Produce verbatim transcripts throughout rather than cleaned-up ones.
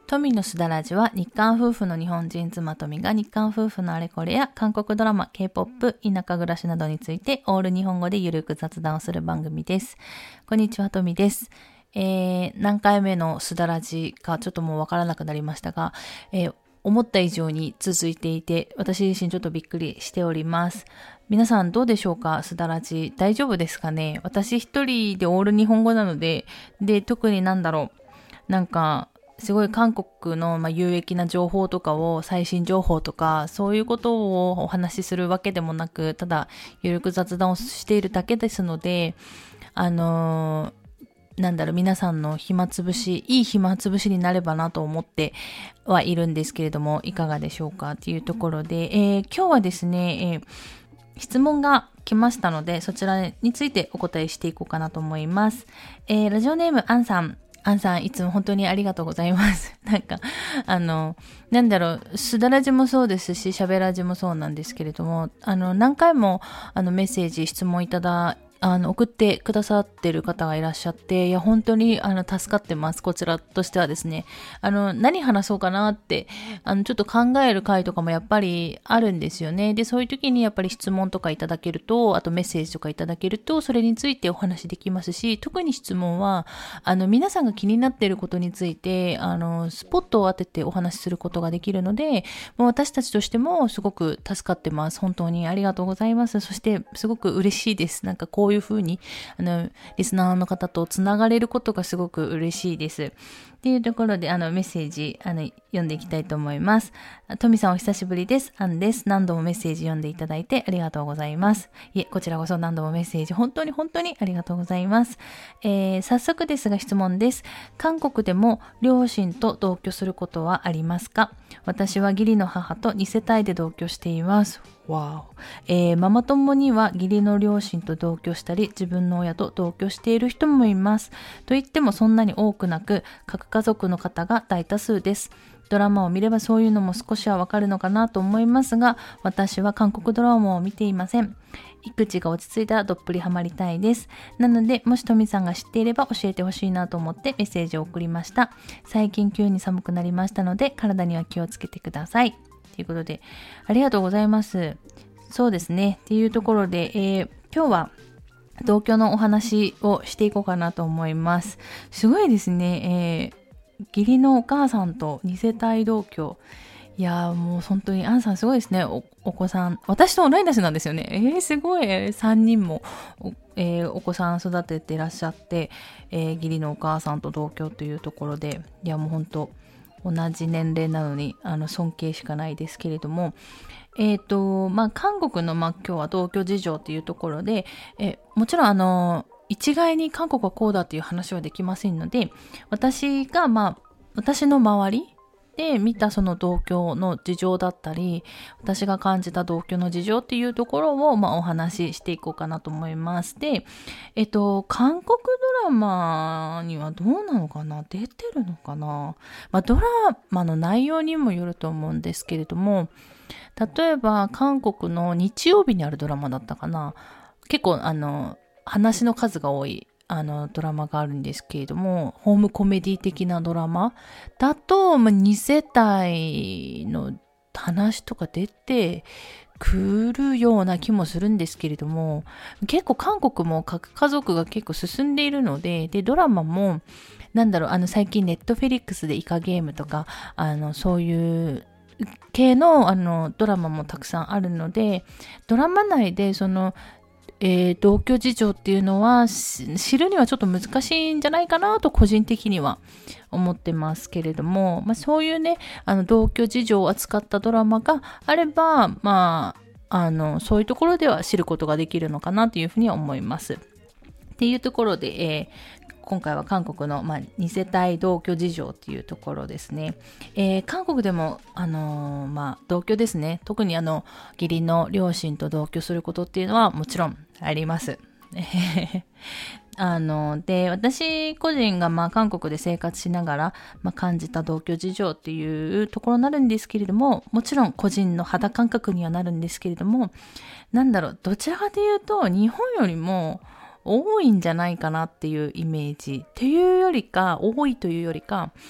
トミのすだらじは日韓夫婦の日本人妻トミが日韓夫婦のあれこれや韓国ドラマ、K-ポップ、田舎暮らしなどについてオール日本語でゆるく雑談をする番組です。こんにちは、トミです。えー、何回目のすだらじかちょっともうわからなくなりましたが、えー、思った以上に続いていて、私自身ちょっとびっくりしております。皆さんどうでしょうか？すだらじ大丈夫ですかね？私一人でオール日本語なので、で、特になんだろう、なんか、すごい韓国の、まあ、有益な情報とかを、最新情報とか、そういうことをお話しするわけでもなく、ただ、ゆるく雑談をしているだけですので、あのー、なんだろう、皆さんの暇つぶし、いい暇つぶしになればなと思ってはいるんですけれども、いかがでしょうかっていうところで、えー、今日はですね、えー、質問が来ましたので、そちらについてお答えしていこうかなと思います。えー、ラジオネームアンさん。アンさん、いつも本当にありがとうございます。なんか、あの、なんだろう、すだらじもそうですし、しゃべらじもそうなんですけれども、あの、何回も、あの、メッセージ、質問いただ、あの、送ってくださってる方がいらっしゃって、いや、本当に、あの、助かってます。こちらとしてはですね。あの、何話そうかなって、あの、ちょっと考える回とかもやっぱりあるんですよね。で、そういう時にやっぱり質問とかいただけると、あとメッセージとかいただけると、それについてお話できますし、特に質問は、あの、皆さんが気になっていることについて、あの、スポットを当ててお話しすることができるので、もう私たちとしてもすごく助かってます。本当にありがとうございます。そして、すごく嬉しいです。なんかこういう風に、あの、リスナーの方とつながれることがすごく嬉しいです。っていうところで、あの、メッセージ、あの、読んでいきたいと思います。トミさんお久しぶりです。アンです。何度もメッセージ読んでいただいてありがとうございます。いえ、こちらこそ何度もメッセージ、本当に本当にありがとうございます。えー、早速ですが質問です。韓国でも両親と同居することはありますか？私は義理の母とに世帯で同居しています。わお、えー、ママ友には義理の両親と同居したり、自分の親と同居している人もいます。と言ってもそんなに多くなく、各家族の方が大多数です。ドラマを見ればそういうのも少しはわかるのかなと思いますが、私は韓国ドラマを見ていません。育児が落ち着いたらどっぷりハマりたいです。なので、もしトミさんが知っていれば教えてほしいなと思ってメッセージを送りました。最近急に寒くなりましたので、体には気をつけてください。ということで、ありがとうございます。そうですね。っていうところで、えー、今日は同居のお話をしていこうかなと思います。すごいですね。えー義理のお母さんとに世帯同居。いやーもう本当にアンさんすごいですね。 お, お子さん私と同い年なんですよね。えー、すごいさんにんも お,、えー、お子さん育ててらっしゃって、えー、義理のお母さんと同居というところで、いやもう本当同じ年齢なのにあの尊敬しかないですけれども、えっ、ー、とまあ韓国のまあ今日は同居事情というところで、えー、もちろんあの一概に韓国はこうだという話はできませんので、私がまあ私の周りで見たその同居の事情だったり、私が感じた同居の事情っていうところをまあお話ししていこうかなと思います。で、えっと韓国ドラマにはどうなのかな、出てるのかな、まあドラマの内容にもよると思うんですけれども、例えば韓国の日曜日にあるドラマだったかな、結構あの話の数が多いあのドラマがあるんですけれども、ホームコメディ的なドラマだと、まあ、に世帯の話とか出てくるような気もするんですけれども、結構韓国も核家族が結構進んでいるので、でドラマもなんだろう、あの最近ネットフェリックスでイカゲームとかあのそういう系のあのドラマもたくさんあるので、ドラマ内でそのえー、同居事情っていうのは知るにはちょっと難しいんじゃないかなと個人的には思ってますけれども、まあ、そういうねあの同居事情を扱ったドラマがあれば、まあ、あのそういうところでは知ることができるのかなというふうには思います。っていうところで、えー今回は韓国の、まあ、に世帯同居事情っていうところですね。えー、韓国でも、あのー、まあ、同居ですね。特にあの、義理の両親と同居することっていうのはもちろんあります。あの、で、私個人がまあ韓国で生活しながら、まあ、感じた同居事情っていうところになるんですけれども、もちろん個人の肌感覚にはなるんですけれども、なんだろう、どちらかというと日本よりも多いんじゃないかなっていうイメージっていうよりか、多いというよりか、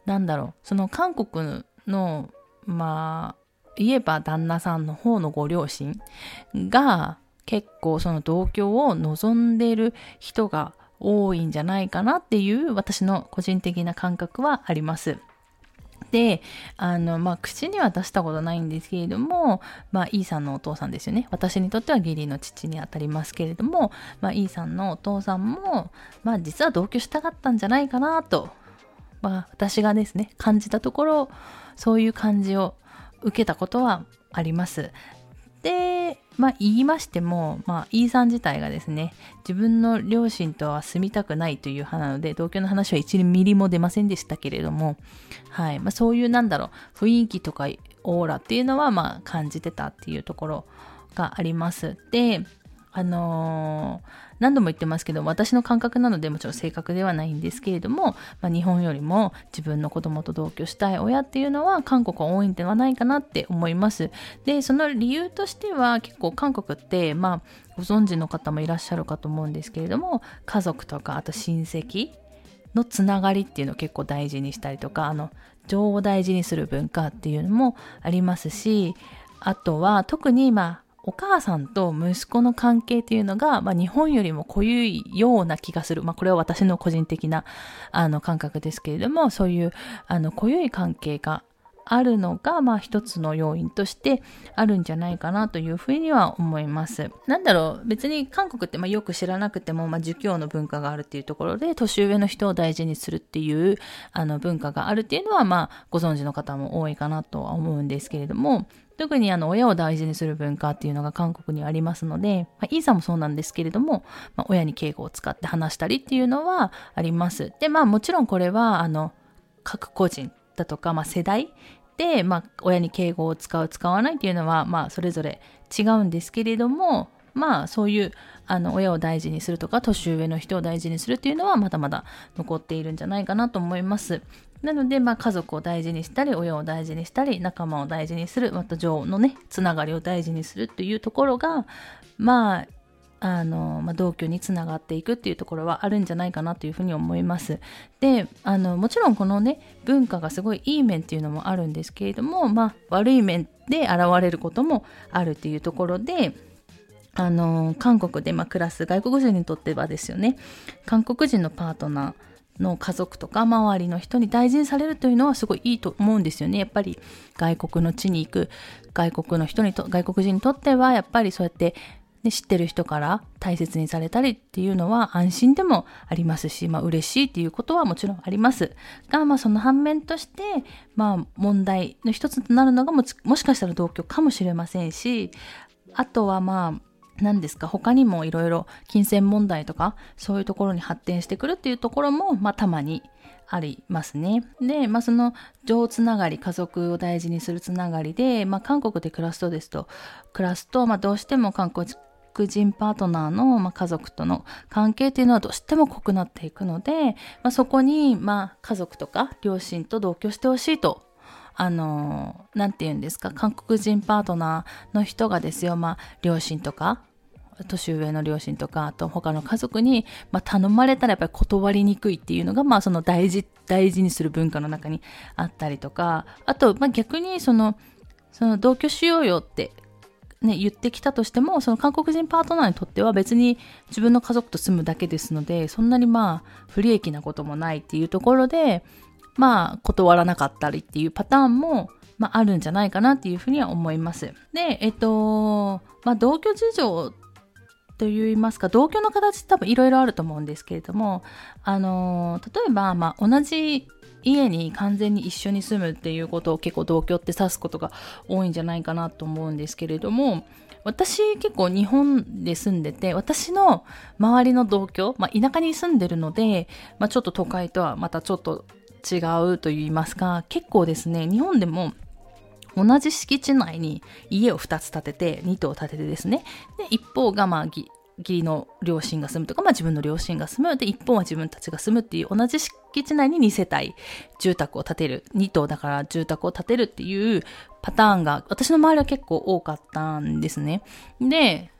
なんだろう、その韓国の、まあ、言えば旦那さんの方のご両親が結構その同居を望んでいる人が多いんじゃないかなっていう私の個人的な感覚はあります。で、あの、まあ、口には出したことないんですけれども、まあ、イーさんのお父さんですよね。私にとっては義理の父にあたりますけれども、まあ、イーさんのお父さんも、まあ、実は同居したかったんじゃないかなと、まあ、私がですね、感じたところ、そういう感じを受けたことはあります。で、まあ言いましても、まあ E さん自体がですね、自分の両親とは住みたくないという派なので、同居の話はいちミリも出ませんでしたけれども、はい、まあそういうなんだろう、雰囲気とかオーラっていうのはまあ感じてたっていうところがあります。で、あのー、何度も言ってますけど、私の感覚なのでもちろん正確ではないんですけれども、まあ、日本よりも自分の子供と同居したい親っていうのは韓国は多いんではないかなって思います。で、その理由としては結構韓国って、まあ、ご存知の方もいらっしゃるかと思うんですけれども、家族とかあと親戚のつながりっていうのを結構大事にしたりとか、あの情を大事にする文化っていうのもありますし、あとは特にまあお母さんと息子の関係っていうのが、まあ、日本よりも濃いような気がする。まあ、これは私の個人的なあの感覚ですけれども、そういうあの濃い関係があるのが、まあ一つの要因としてあるんじゃないかなというふうには思います。なんだろう、別に韓国ってまあよく知らなくても、まあ儒教の文化があるっていうところで、年上の人を大事にするっていうあの文化があるっていうのは、まあご存知の方も多いかなとは思うんですけれども、特にあの親を大事にする文化っていうのが韓国にありますので、まあ、イーさんもそうなんですけれども、まあ、親に敬語を使って話したりっていうのはあります。で、まあもちろんこれはあの各個人だとか、まあ、世代で、まあ、親に敬語を使う使わないっていうのは、まあ、それぞれ違うんですけれども、まあそういうあの親を大事にするとか年上の人を大事にするっていうのはまだまだ残っているんじゃないかなと思います。なので、まあ、家族を大事にしたり親を大事にしたり仲間を大事にする、また情のねつながりを大事にするというところがまああの、まあ、同居につながっていくっていうところはあるんじゃないかなというふうに思います。で、あのもちろんこのね文化がすごいいい面っていうのもあるんですけれども、まあ、悪い面で現れることもあるっていうところで、あの韓国でまあ暮らす外国人にとってはですよね、韓国人のパートナーの家族とか周りの人に大事にされるというのはすごいいいと思うんですよね。やっぱり外国の地に行く外国の人にと外国人にとってはやっぱりそうやって、ね、知ってる人から大切にされたりっていうのは安心でもありますし、まあ嬉しいっていうことはもちろんありますが、まあその反面としてまあ問題の一つとなるのがもち、もしかしたら同居かもしれませんし、あとはまあ何ですか、他にもいろいろ金銭問題とかそういうところに発展してくるっていうところもまあたまにありますね。で、まあその情つながり、家族を大事にするつながりで、まあ韓国で暮らすとですと、暮らすとまあどうしても韓国人パートナーのまあ家族との関係っていうのはどうしても濃くなっていくので、まあ、そこにまあ家族とか両親と同居してほしいと。あの、なんて言うんですか、韓国人パートナーの人がですよ、まあ、両親とか、年上の両親とか、あと他の家族に、まあ、頼まれたらやっぱり断りにくいっていうのが、まあ、その大事、大事にする文化の中にあったりとか、あと、まあ、逆にその、その同居しようよって、ね、言ってきたとしても、その韓国人パートナーにとっては別に自分の家族と住むだけですので、そんなにまあ、不利益なこともないっていうところで、まあ、断らなかったりっていうパターンも、まあ、あるんじゃないかなっていうふうには思います。で、えっと、まあ、同居事情といいますか、同居の形多分いろいろあると思うんですけれども、あの、例えば、まあ、同じ家に完全に一緒に住むっていうことを結構同居って指すことが多いんじゃないかなと思うんですけれども、私結構日本で住んでて、私の周りの同居、まあ、田舎に住んでるので、まあ、ちょっと都会とはまたちょっと違うと言いますか、結構ですね、日本でも同じ敷地内に家をふたつ建てて、に棟建ててですね、で一方がまあ義理の両親が住むとか、まあ自分の両親が住む、で一方は自分たちが住むっていう同じ敷地内にに世帯住宅を建てる、に棟だから住宅を建てるっていうパターンが私の周りは結構多かったんですね。で、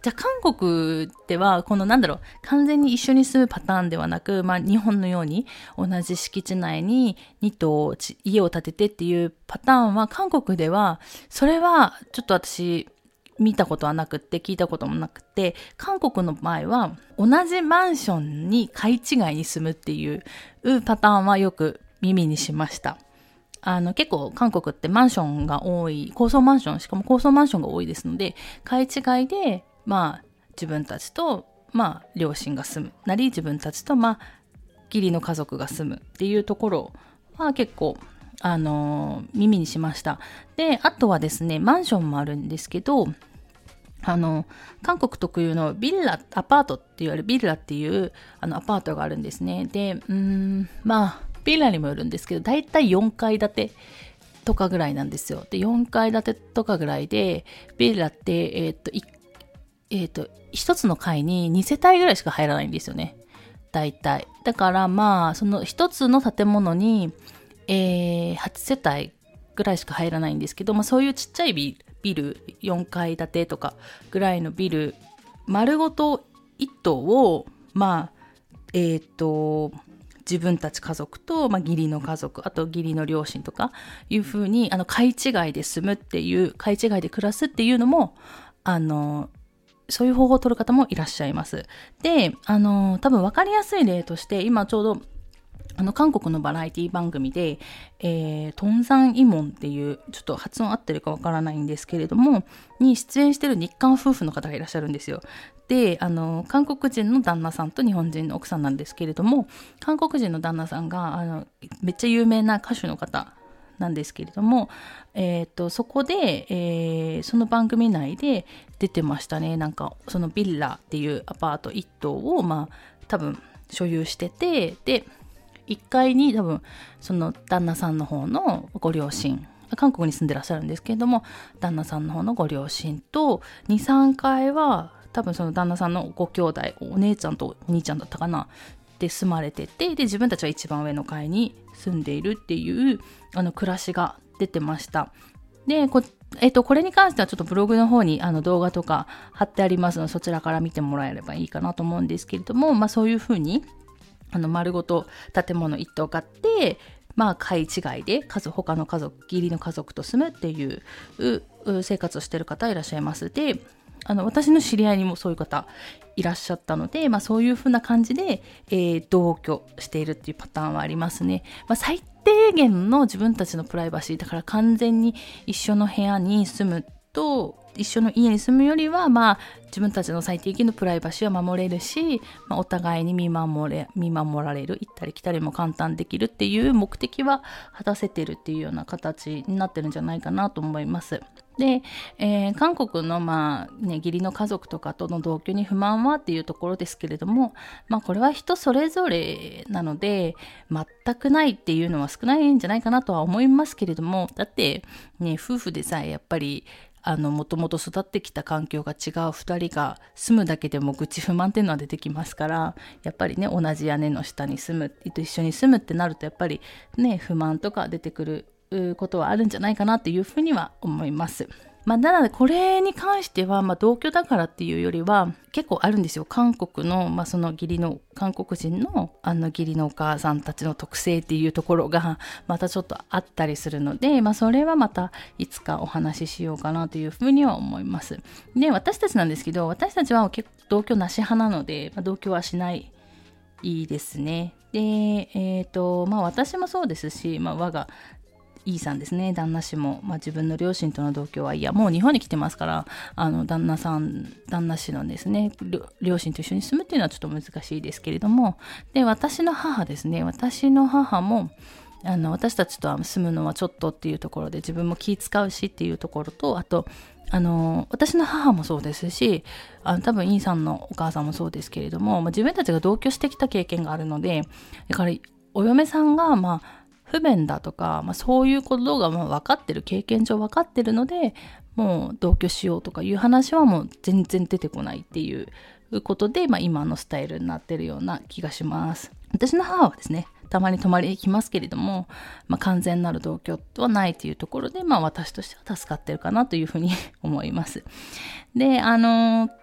じゃあ韓国ではこのなんだろう完全に一緒に住むパターンではなく、まあ日本のように同じ敷地内にに棟家を建ててっていうパターンは韓国ではそれはちょっと私見たことはなくって聞いたこともなくて、韓国の場合は同じマンションに階違いに住むっていうパターンはよく耳にしました。あの結構韓国ってマンションが多い、高層マンション、しかも高層マンションが多いですので、階違いでまあ自分たちとまあ両親が住むなり、自分たちとまあ義理の家族が住むっていうところは結構あのー、耳にしました。で、あとはですね、マンションもあるんですけど、あの、韓国特有のビラ、アパートって言われるビラっていうあのアパートがあるんですね。で、うーん、まあ、ビラにもよるんですけど、だいたいよんかい建てとかぐらいなんですよ。で、よんかい建てとかぐらいで、ビラって、えっと、えっと、一つの階にに世帯ぐらいしか入らないんですよね。だいたい。だからまあ、その一つの建物に、えー、はち世帯ぐらいしか入らないんですけど、まあ、そういうちっちゃいビル、ビルよんかい建てとかぐらいのビル丸ごと一棟をまあえっと自分たち家族と、まあ、義理の家族、あと義理の両親とかいうふうにあの階違いで住むっていう階違いで暮らすっていうのもあのそういう方法を取る方もいらっしゃいます。で、あの多分分かりやすい例として今ちょうどあの韓国のバラエティ番組で、えー、トンザンイモンっていうちょっと発音合ってるかわからないんですけれどもに出演してる日韓夫婦の方がいらっしゃるんですよ。で、あの韓国人の旦那さんと日本人の奥さんなんですけれども、韓国人の旦那さんがあのめっちゃ有名な歌手の方なんですけれども、えー、とそこで、えー、その番組内で出てましたね。なんかそのビラっていうアパート一棟をまあ多分所有してて、でいっかいに多分その旦那さんの方のご両親、韓国に住んでらっしゃるんですけれども、旦那さんの方のご両親とにさんかいは多分その旦那さんのご兄弟、お姉ちゃんとお兄ちゃんだったかなで住まれてて、で自分たちは一番上の階に住んでいるっていうあの暮らしが出てました。でこえっと、これに関してはちょっとブログの方にあの動画とか貼ってありますので、そちらから見てもらえればいいかなと思うんですけれども、まあそういうふうにあの丸ごと建物一棟買ってまあ階違いで家族他の家族義理の家族と住むっていう生活をしている方いらっしゃいます。で、あの私の知り合いにもそういう方いらっしゃったので、まあ、そういう風な感じで、えー、同居しているっていうパターンはありますね。まあ、最低限の自分たちのプライバシーだから完全に一緒の部屋に住むと一緒の家に住むよりは、まあ、自分たちの最低限のプライバシーは守れるし、まあ、お互いに見守れ、見守られる、行ったり来たりも簡単できるっていう目的は果たせてるっていうような形になってるんじゃないかなと思います。で、えー、韓国の、まあね、義理の家族とかとの同居に不満はっていうところですけれども、まあ、これは人それぞれなので全くないっていうのは少ないんじゃないかなとは思いますけれども、だって、ね、夫婦でさえやっぱりあのもともと育ってきた環境が違うふたりが住むだけでも愚痴不満っていうのは出てきますから、やっぱりね同じ屋根の下に住むと一緒に住むってなるとやっぱりね不満とか出てくることはあるんじゃないかなっていうふうには思います。まあ、なのでこれに関しては、まあ、同居だからっていうよりは結構あるんですよ。韓国の、まあ、その義理の韓国人のあの義理のお母さんたちの特性っていうところがまたちょっとあったりするので、まあ、それはまたいつかお話ししようかなというふうには思います。で、私たちなんですけど、私たちは結構同居なし派なので、まあ、同居はしないいいですね。で、えっと、まあ私もそうですし、まあ我がイーさんですね、旦那氏も、まあ、自分の両親との同居はいやもう日本に来てますから、あの旦那さん旦那氏のですね両親と一緒に住むっていうのはちょっと難しいですけれども、で私の母ですね私の母もあの私たちと住むのはちょっとっていうところで自分も気使うしっていうところと、あとあの私の母もそうですし、あの多分イーさんのお母さんもそうですけれども、まあ、自分たちが同居してきた経験があるので、だからお嫁さんがまあ不便だとか、まあ、そういうことがまあ分かってる、経験上分かってるのでもう同居しようとかいう話はもう全然出てこないっていうことで、まあ、今のスタイルになってるような気がします。私の母はですねたまに泊まりに来ますけれども、まあ、完全なる同居はないというところで、まあ、私としては助かってるかなというふうに思います。で、あの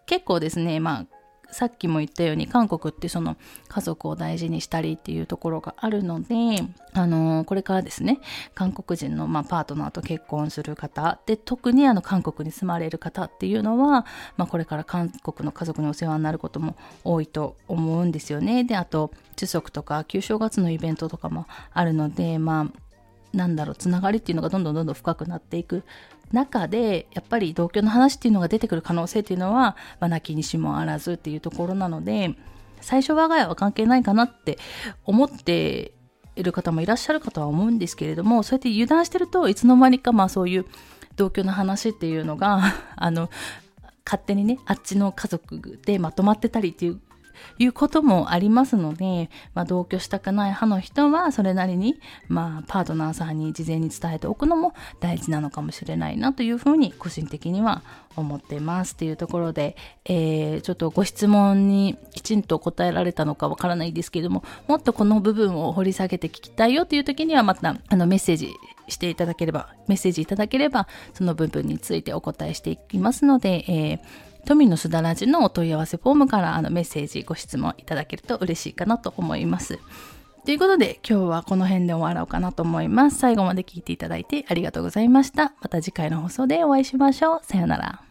結構ですね、まあさっきも言ったように韓国ってその家族を大事にしたりっていうところがあるので、あのーこれからですね、韓国人のまあパートナーと結婚する方で、特にあの韓国に住まれる方っていうのは、まあ、これから韓国の家族にお世話になることも多いと思うんですよね。で、あと中足とか旧正月のイベントとかもあるので、まあなんだろう、つながりっていうのがどんどんどんどん深くなっていく中で、やっぱり同居の話っていうのが出てくる可能性っていうのは、まあ、なきにしもあらずっていうところなので、最初我が家は関係ないかなって思っている方もいらっしゃるかとは思うんですけれども、そうやって油断してるといつの間にかまあそういう同居の話っていうのがあの勝手にね、あっちの家族でまとまってたりっていういうこともありますので、まあ、同居したくない派の人はそれなりに、まあ、パートナーさんに事前に伝えておくのも大事なのかもしれないなというふうに個人的には思ってますっていうところで、えー、ちょっとご質問にきちんと答えられたのかわからないですけれども、もっとこの部分を掘り下げて聞きたいよという時にはまたあのメッセージしていただければメッセージいただければその部分についてお答えしていきますので、えー都民のすだらじのお問い合わせフォームからあのメッセージご質問いただけると嬉しいかなと思います。ということで今日はこの辺で終わろうかなと思います。最後まで聞いていただいてありがとうございました。また次回の放送でお会いしましょう。さようなら。